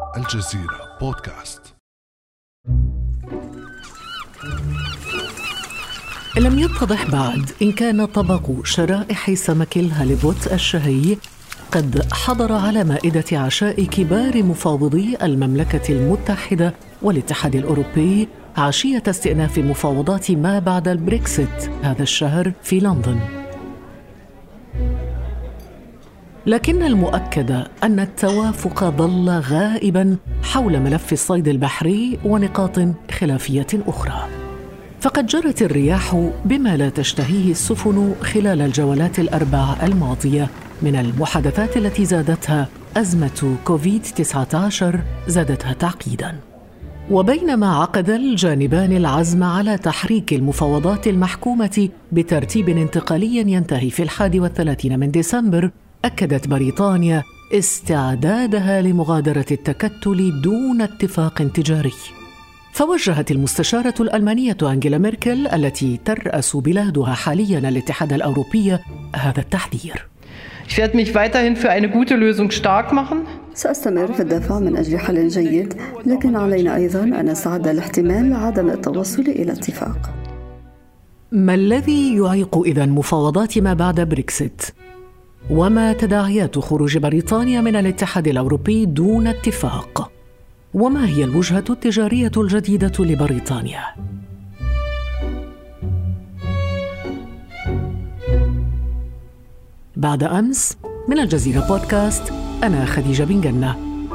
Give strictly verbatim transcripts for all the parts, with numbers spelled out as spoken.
الجزيرة بودكاست. لم يتضح بعد إن كان طبق شرائح سمك الهاليبوت الشهي قد حضر على مائدة عشاء كبار مفاوضي المملكة المتحدة والاتحاد الأوروبي عشية استئناف مفاوضات ما بعد البريكسيت هذا الشهر في لندن. لكن المؤكد أن التوافق ظل غائباً حول ملف الصيد البحري ونقاط خلافية أخرى. فقد جرت الرياح بما لا تشتهيه السفن خلال الجولات الأربع الماضية من المحادثات التي زادتها أزمة كوفيد تسعة عشر زادتها تعقيداً. وبينما عقد الجانبان العزم على تحريك المفاوضات المحكومة بترتيب انتقالي ينتهي في الحادي والثلاثين من ديسمبر، أكدت بريطانيا استعدادها لمغادرة التكتل دون اتفاق تجاري. فوجهت المستشارة الألمانية أنجيلا ميركل التي ترأس بلادها حالياً الاتحاد الأوروبي هذا التحذير. Ich werde mich weiterhin für eine gute Lösung stark machen. سأستمر في الدفاع من أجل حل جيد، لكن علينا أيضاً أن نستعد لاحتمال عدم التوصل إلى اتفاق. ما الذي يعيق إذن مفاوضات ما بعد بريكسيت؟ وما تداعيات خروج بريطانيا من الاتحاد الأوروبي دون اتفاق؟ وما هي الوجهة التجارية الجديدة لبريطانيا؟ بعد أمس من الجزيرة بودكاست، أنا خديجة بن جنة.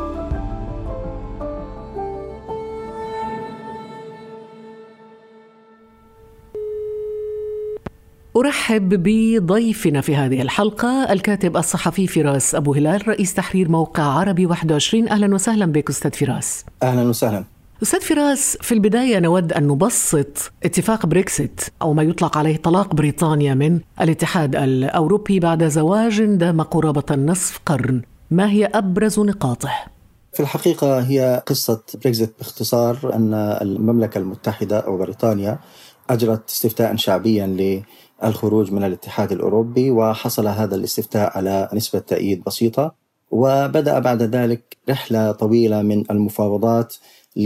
أرحب بضيفنا في هذه الحلقة الكاتب الصحفي فراس أبو هلال، رئيس تحرير موقع عربي واحد وعشرين. أهلا وسهلا بك أستاذ فراس. أهلا وسهلا أستاذ فراس، في البداية نود أن نبسط اتفاق بريكسيت أو ما يطلق عليه طلاق بريطانيا من الاتحاد الأوروبي بعد زواج دام قرابة النصف قرن. ما هي أبرز نقاطه؟ في الحقيقة هي قصة بريكسيت باختصار أن المملكة المتحدة أو بريطانيا أجرت استفتاء شعبيا للخروج من الاتحاد الأوروبي، وحصل هذا الاستفتاء على نسبة تأييد بسيطة، وبدأ بعد ذلك رحلة طويلة من المفاوضات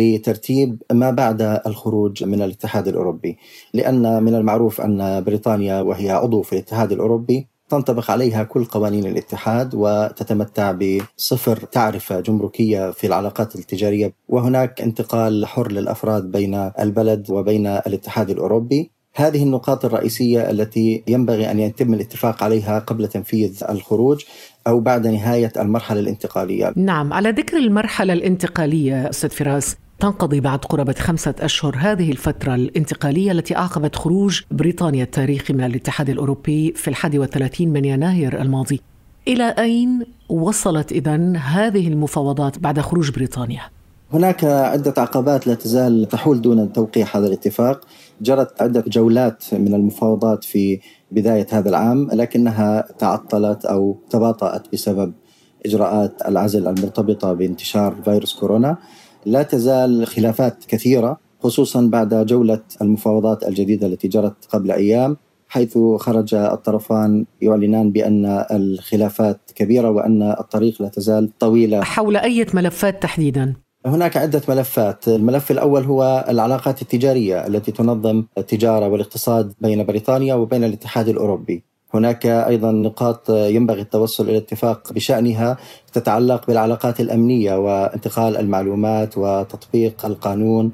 لترتيب ما بعد الخروج من الاتحاد الأوروبي، لأن من المعروف أن بريطانيا وهي عضو في الاتحاد الأوروبي تنطبق عليها كل قوانين الاتحاد وتتمتع بصفر تعرفة جمركية في العلاقات التجارية، وهناك انتقال حر للأفراد بين البلد وبين الاتحاد الأوروبي. هذه النقاط الرئيسية التي ينبغي أن يتم الاتفاق عليها قبل تنفيذ الخروج أو بعد نهاية المرحلة الانتقالية. نعم، على ذكر المرحلة الانتقالية أستاذ فراس، تنقضي بعد قرابة خمسة أشهر هذه الفترة الانتقالية التي أعقبت خروج بريطانيا التاريخي من الاتحاد الأوروبي في الحادي والثلاثين من يناير الماضي. إلى أين وصلت إذن هذه المفاوضات بعد خروج بريطانيا؟ هناك عدة عقبات لا تزال تحول دون توقيع هذا الاتفاق. جرت عدة جولات من المفاوضات في بداية هذا العام، لكنها تعطلت أو تباطأت بسبب إجراءات العزل المرتبطة بانتشار فيروس كورونا. لا تزال خلافات كثيرة، خصوصا بعد جولة المفاوضات الجديدة التي جرت قبل أيام، حيث خرج الطرفان يعلنان بأن الخلافات كبيرة وأن الطريق لا تزال طويلة. حول أي ملفات تحديدا؟ هناك عدة ملفات. الملف الأول هو العلاقات التجارية التي تنظم التجارة والاقتصاد بين بريطانيا وبين الاتحاد الأوروبي. هناك أيضا نقاط ينبغي التوصل إلى اتفاق بشأنها تتعلق بالعلاقات الأمنية وانتقال المعلومات وتطبيق القانون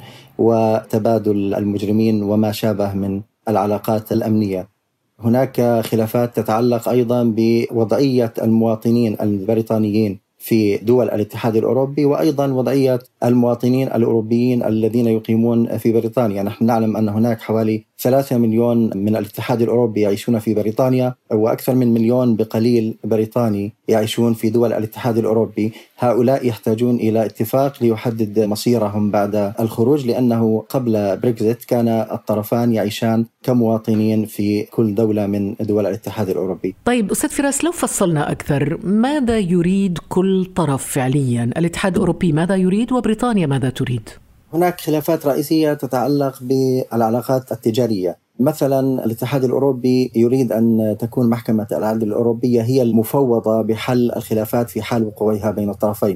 وتبادل المجرمين وما شابه من العلاقات الأمنية. هناك خلافات تتعلق أيضا بوضعية المواطنين البريطانيين في دول الاتحاد الأوروبي، وأيضا وضعية المواطنين الأوروبيين الذين يقيمون في بريطانيا. نحن نعلم أن هناك حوالي ثلاثة مليون من الاتحاد الأوروبي يعيشون في بريطانيا، وأكثر من مليون بقليل بريطاني يعيشون في دول الاتحاد الأوروبي. هؤلاء يحتاجون إلى اتفاق ليحدد مصيرهم بعد الخروج، لأنه قبل بريكسيت كان الطرفان يعيشان كمواطنين في كل دولة من دول الاتحاد الأوروبي. طيب أستاذ فراس، لو فصلنا أكثر، ماذا يريد كل طرف فعليا؟ الاتحاد الأوروبي ماذا يريد وبريطانيا ماذا تريد؟ هناك خلافات رئيسية تتعلق بالعلاقات التجارية. مثلا الاتحاد الأوروبي يريد أن تكون محكمة العدل الأوروبية هي المفوضة بحل الخلافات في حال وقوعها بين الطرفين،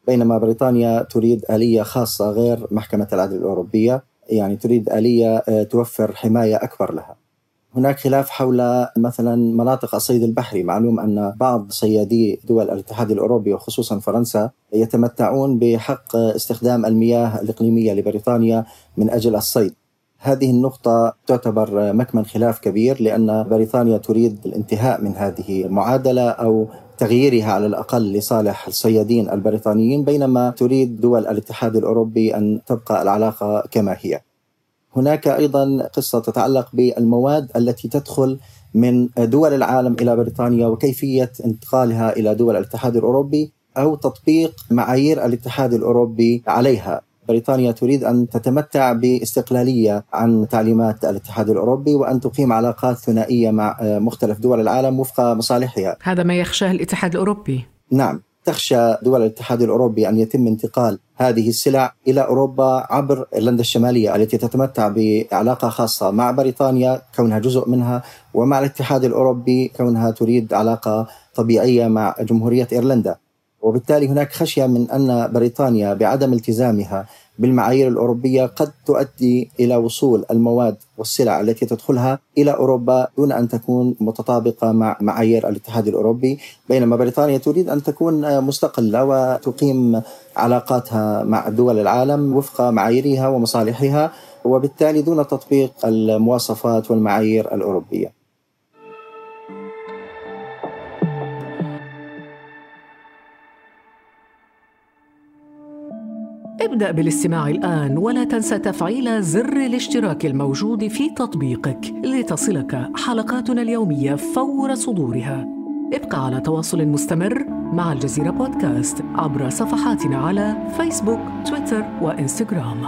بينما بريطانيا تريد آلية خاصة غير محكمة العدل الأوروبية، يعني تريد آلية توفر حماية أكبر لها. هناك خلاف حول مثلا مناطق الصيد البحري. معلوم أن بعض صيادي دول الاتحاد الأوروبي وخصوصا فرنسا يتمتعون بحق استخدام المياه الإقليمية لبريطانيا من أجل الصيد. هذه النقطة تعتبر مكمن خلاف كبير، لأن بريطانيا تريد الانتهاء من هذه المعادلة أو تغييرها على الأقل لصالح الصيادين البريطانيين، بينما تريد دول الاتحاد الأوروبي أن تبقى العلاقة كما هي. هناك أيضا قصة تتعلق بالمواد التي تدخل من دول العالم إلى بريطانيا وكيفية انتقالها إلى دول الاتحاد الأوروبي أو تطبيق معايير الاتحاد الأوروبي عليها. بريطانيا تريد أن تتمتع باستقلالية عن تعليمات الاتحاد الأوروبي وأن تقيم علاقات ثنائية مع مختلف دول العالم وفق مصالحها. هذا ما يخشاه الاتحاد الأوروبي. نعم، تخشى دول الاتحاد الأوروبي أن يتم انتقال هذه السلع إلى أوروبا عبر إيرلندا الشمالية التي تتمتع بعلاقة خاصة مع بريطانيا كونها جزء منها، ومع الاتحاد الأوروبي كونها تريد علاقة طبيعية مع جمهورية إيرلندا. وبالتالي هناك خشية من أن بريطانيا بعدم التزامها بالمعايير الأوروبية قد تؤدي إلى وصول المواد والسلع التي تدخلها إلى أوروبا دون أن تكون متطابقة مع معايير الاتحاد الأوروبي، بينما بريطانيا تريد أن تكون مستقلة وتقيم علاقاتها مع دول العالم وفق معاييرها ومصالحها، وبالتالي دون تطبيق المواصفات والمعايير الأوروبية. ابدأ بالاستماع الآن ولا تنسى تفعيل زر الاشتراك الموجود في تطبيقك لتصلك حلقاتنا اليومية فور صدورها. ابقى على تواصل مستمر مع الجزيرة بودكاست عبر صفحاتنا على فيسبوك، تويتر وإنستغرام.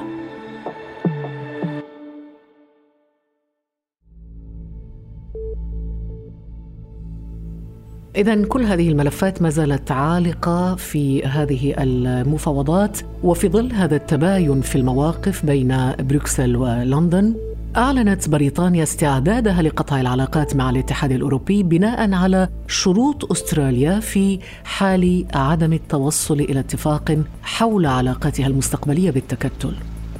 إذن كل هذه الملفات ما زالت عالقة في هذه المفاوضات، وفي ظل هذا التباين في المواقف بين بروكسل ولندن، أعلنت بريطانيا استعدادها لقطع العلاقات مع الاتحاد الأوروبي بناء على شروط أستراليا في حال عدم التوصل إلى اتفاق حول علاقاتها المستقبلية بالتكتل.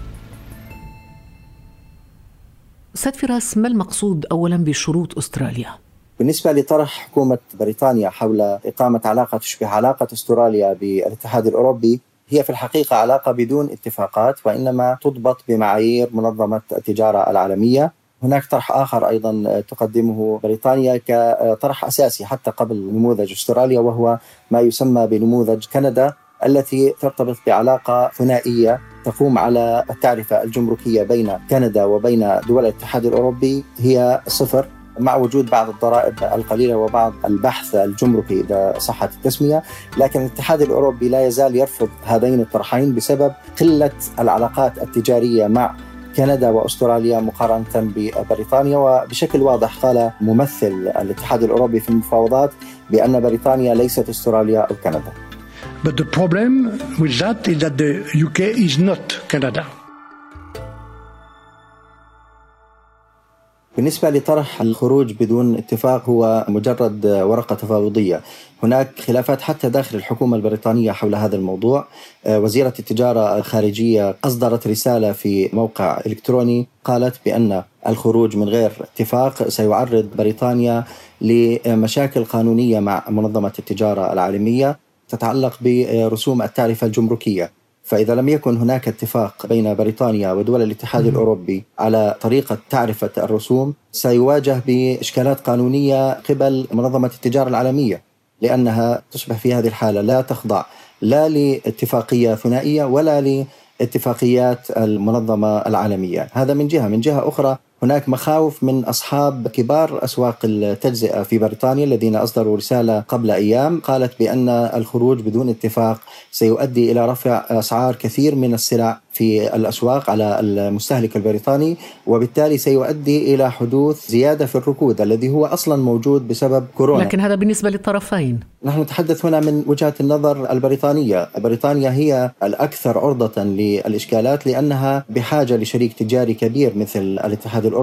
أستاذ فراس، ما المقصود أولاً بشروط أستراليا؟ بالنسبة لطرح حكومة بريطانيا حول إقامة علاقة تشبه علاقة أستراليا بالاتحاد الأوروبي، هي في الحقيقة علاقة بدون اتفاقات وإنما تضبط بمعايير منظمة التجارة العالمية. هناك طرح آخر أيضا تقدمه بريطانيا كطرح أساسي حتى قبل نموذج أستراليا، وهو ما يسمى بنموذج كندا، التي ترتبط بعلاقة ثنائية تقوم على التعرفة الجمركية بين كندا وبين دول الاتحاد الأوروبي هي صفر، مع وجود بعض الضرائب القليلة وبعض البحث الجمركي إذا صحت التسمية. لكن الاتحاد الأوروبي لا يزال يرفض هذين الطرحين بسبب قلة العلاقات التجارية مع كندا وأستراليا مقارنة ببريطانيا. وبشكل واضح قال ممثل الاتحاد الأوروبي في المفاوضات بأن بريطانيا ليست أستراليا أو كندا. But the problem with that is that the U K is not Canada. بالنسبة لطرح الخروج بدون اتفاق هو مجرد ورقة تفاوضية. هناك خلافات حتى داخل الحكومة البريطانية حول هذا الموضوع. وزيرة التجارة الخارجية أصدرت رسالة في موقع إلكتروني قالت بأن الخروج من غير اتفاق سيعرض بريطانيا لمشاكل قانونية مع منظمة التجارة العالمية تتعلق برسوم التعرفة الجمركية. فإذا لم يكن هناك اتفاق بين بريطانيا ودول الاتحاد الأوروبي على طريقة تعرفة الرسوم سيواجه بإشكالات قانونية قبل منظمة التجارة العالمية، لأنها تصبح في هذه الحالة لا تخضع لا لاتفاقية ثنائية ولا لاتفاقيات المنظمة العالمية. هذا من جهة. من جهة أخرى هناك مخاوف من أصحاب كبار أسواق التجزئة في بريطانيا الذين أصدروا رسالة قبل أيام قالت بأن الخروج بدون اتفاق سيؤدي إلى رفع أسعار كثير من السلع في الأسواق على المستهلك البريطاني، وبالتالي سيؤدي إلى حدوث زيادة في الركود الذي هو أصلا موجود بسبب كورونا. لكن هذا بالنسبة للطرفين. نحن نتحدث هنا من وجهة النظر البريطانية. بريطانيا هي الأكثر عرضة للإشكالات لأنها بحاجة لشريك تجاري كبير مثل الاتحاد الأوروبي.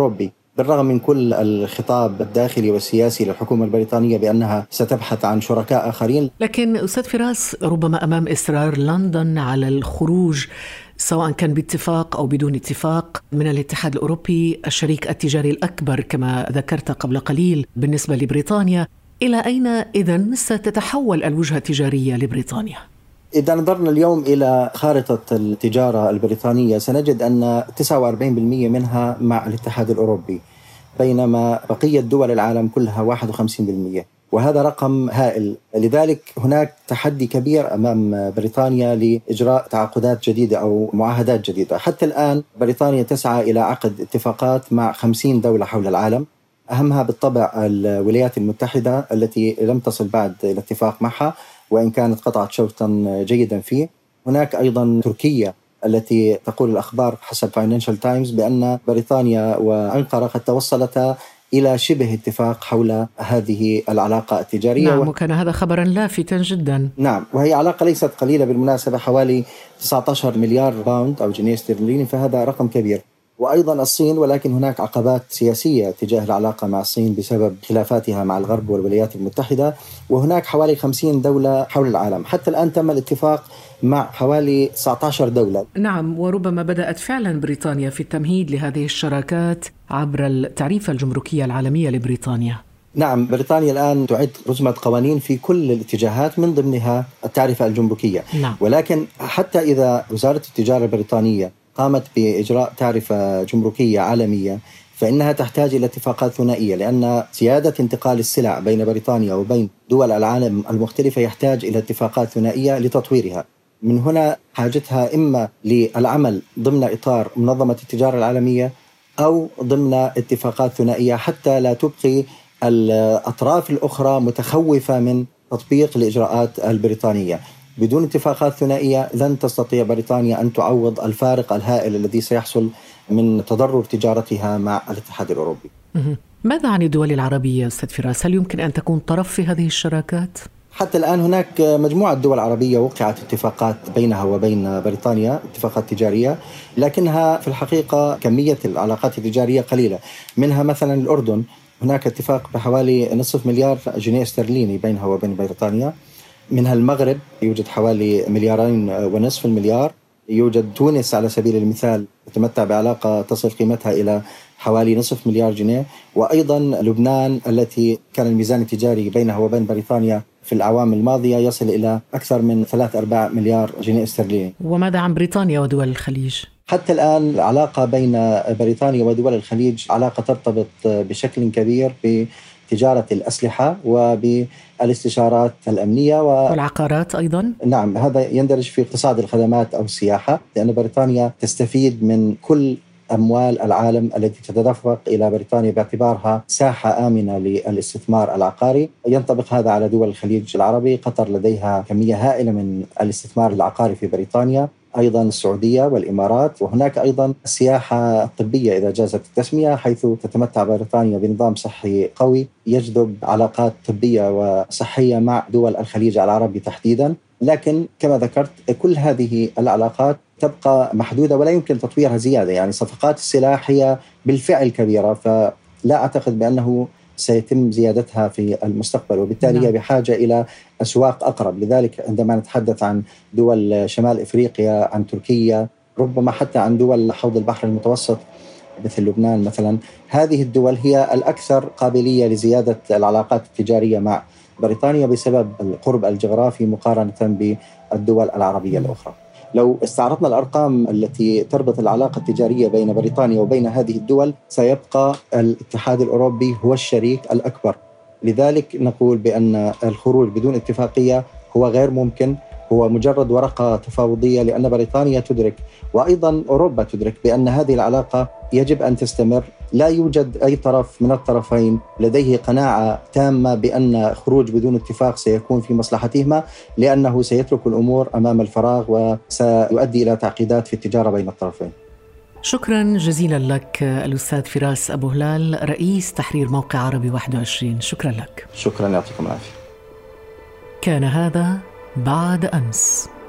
بالرغم من كل الخطاب الداخلي والسياسي للحكومة البريطانية بأنها ستبحث عن شركاء آخرين. لكن أستاذ فراس، ربما أمام إصرار لندن على الخروج سواء كان باتفاق أو بدون اتفاق من الاتحاد الأوروبي، الشريك التجاري الأكبر كما ذكرت قبل قليل بالنسبة لبريطانيا، إلى أين إذن ستتحول الوجهة التجارية لبريطانيا؟ إذا نظرنا اليوم إلى خارطة التجارة البريطانية سنجد أن تسعة وأربعين بالمئة منها مع الاتحاد الأوروبي، بينما بقية دول العالم كلها واحد وخمسين بالمئة، وهذا رقم هائل. لذلك هناك تحدي كبير أمام بريطانيا لإجراء تعاقدات جديدة أو معاهدات جديدة. حتى الآن بريطانيا تسعى إلى عقد اتفاقات مع خمسين دولة حول العالم، أهمها بالطبع الولايات المتحدة التي لم تصل بعد إلى اتفاق معها وإن كانت قطعت شوطا جيدا فيه. هناك أيضا تركيا التي تقول الأخبار حسب فاينانشال تايمز بأن بريطانيا وأنقرة قد توصلتا إلى شبه اتفاق حول هذه العلاقة التجارية. نعم، وكان هذا خبرا لافتا جدا. نعم، وهي علاقة ليست قليلة بالمناسبة، حوالي تسعة عشر مليار باوند أو جنيه استرليني، فهذا رقم كبير. وأيضا الصين، ولكن هناك عقبات سياسية تجاه العلاقة مع الصين بسبب خلافاتها مع الغرب والولايات المتحدة، وهناك حوالي خمسين دولة حول العالم. حتى الآن تم الاتفاق مع حوالي تسعة عشر دولة. نعم، وربما بدأت فعلا بريطانيا في التمهيد لهذه الشراكات عبر التعريفة الجمركية العالمية لبريطانيا. نعم، بريطانيا الآن تعد رزمة قوانين في كل الاتجاهات من ضمنها التعرفة الجمركية. نعم. ولكن حتى إذا وزارة التجارة البريطانية قامت بإجراء تعرفة جمركية عالمية فإنها تحتاج إلى اتفاقات ثنائية، لأن زيادة انتقال السلع بين بريطانيا وبين دول العالم المختلفة يحتاج إلى اتفاقات ثنائية لتطويرها. من هنا حاجتها إما للعمل ضمن إطار منظمة التجارة العالمية أو ضمن اتفاقات ثنائية حتى لا تبقي الأطراف الأخرى متخوفة من تطبيق الإجراءات البريطانية. بدون اتفاقات ثنائية لن تستطيع بريطانيا أن تعوض الفارق الهائل الذي سيحصل من تضرر تجارتها مع الاتحاد الأوروبي. ماذا عن الدول العربية أستاذ فراس؟ هل يمكن أن تكون طرف في هذه الشراكات؟ حتى الآن هناك مجموعة دول عربية وقعت اتفاقات بينها وبين بريطانيا، اتفاقات تجارية، لكنها في الحقيقة كمية العلاقات التجارية قليلة. منها مثلا الأردن، هناك اتفاق بحوالي نصف مليار جنيه استرليني بينها وبين بريطانيا. منها المغرب يوجد حوالي مليارين ونصف المليار. يوجد تونس على سبيل المثال تتمتع بعلاقة تصل قيمتها إلى حوالي نصف مليار جنيه. وأيضا لبنان التي كان الميزان التجاري بينها وبين بريطانيا في الأعوام الماضية يصل إلى أكثر من ثلاثة أرباع مليار جنيه استرليني. وماذا عن بريطانيا ودول الخليج؟ حتى الآن العلاقة بين بريطانيا ودول الخليج علاقة ترتبط بشكل كبير بتجارة الأسلحة وبالاستشارات الأمنية والعقارات أيضا. نعم، هذا يندرج في اقتصاد الخدمات أو السياحة، لأن بريطانيا تستفيد من كل أموال العالم التي تتدفق إلى بريطانيا باعتبارها ساحة آمنة للاستثمار العقاري. ينطبق هذا على دول الخليج العربي. قطر لديها كمية هائلة من الاستثمار العقاري في بريطانيا، أيضا السعودية والإمارات. وهناك أيضا السياحة الطبية إذا جازت التسمية، حيث تتمتع بريطانيا بنظام صحي قوي يجذب علاقات طبية وصحية مع دول الخليج العربي تحديدا. لكن كما ذكرت كل هذه العلاقات تبقى محدودة ولا يمكن تطويرها زيادة. يعني صفقات السلاح هي بالفعل كبيرة، فلا أعتقد بأنه سيتم زيادتها في المستقبل، وبالتالي هي بحاجة إلى أسواق أقرب. لذلك عندما نتحدث عن دول شمال إفريقيا، عن تركيا، ربما حتى عن دول حوض البحر المتوسط مثل لبنان مثلا، هذه الدول هي الأكثر قابلية لزيادة العلاقات التجارية مع بريطانيا بسبب القرب الجغرافي مقارنة بالدول العربية الأخرى. لو استعرضنا الأرقام التي تربط العلاقة التجارية بين بريطانيا وبين هذه الدول، سيبقى الاتحاد الأوروبي هو الشريك الأكبر. لذلك نقول بأن الخروج بدون اتفاقية هو غير ممكن، هو مجرد ورقة تفاوضية، لأن بريطانيا تدرك وأيضا أوروبا تدرك بأن هذه العلاقة يجب أن تستمر. لا يوجد أي طرف من الطرفين لديه قناعة تامة بأن خروج بدون اتفاق سيكون في مصلحتهما، لأنه سيترك الأمور أمام الفراغ وسيؤدي إلى تعقيدات في التجارة بين الطرفين. شكرا جزيلا لك الأستاذ فراس أبو هلال، رئيس تحرير موقع عربي واحد وعشرين. شكرا لك. شكرا، يعطيكم العافية. كان هذا بعد أمس.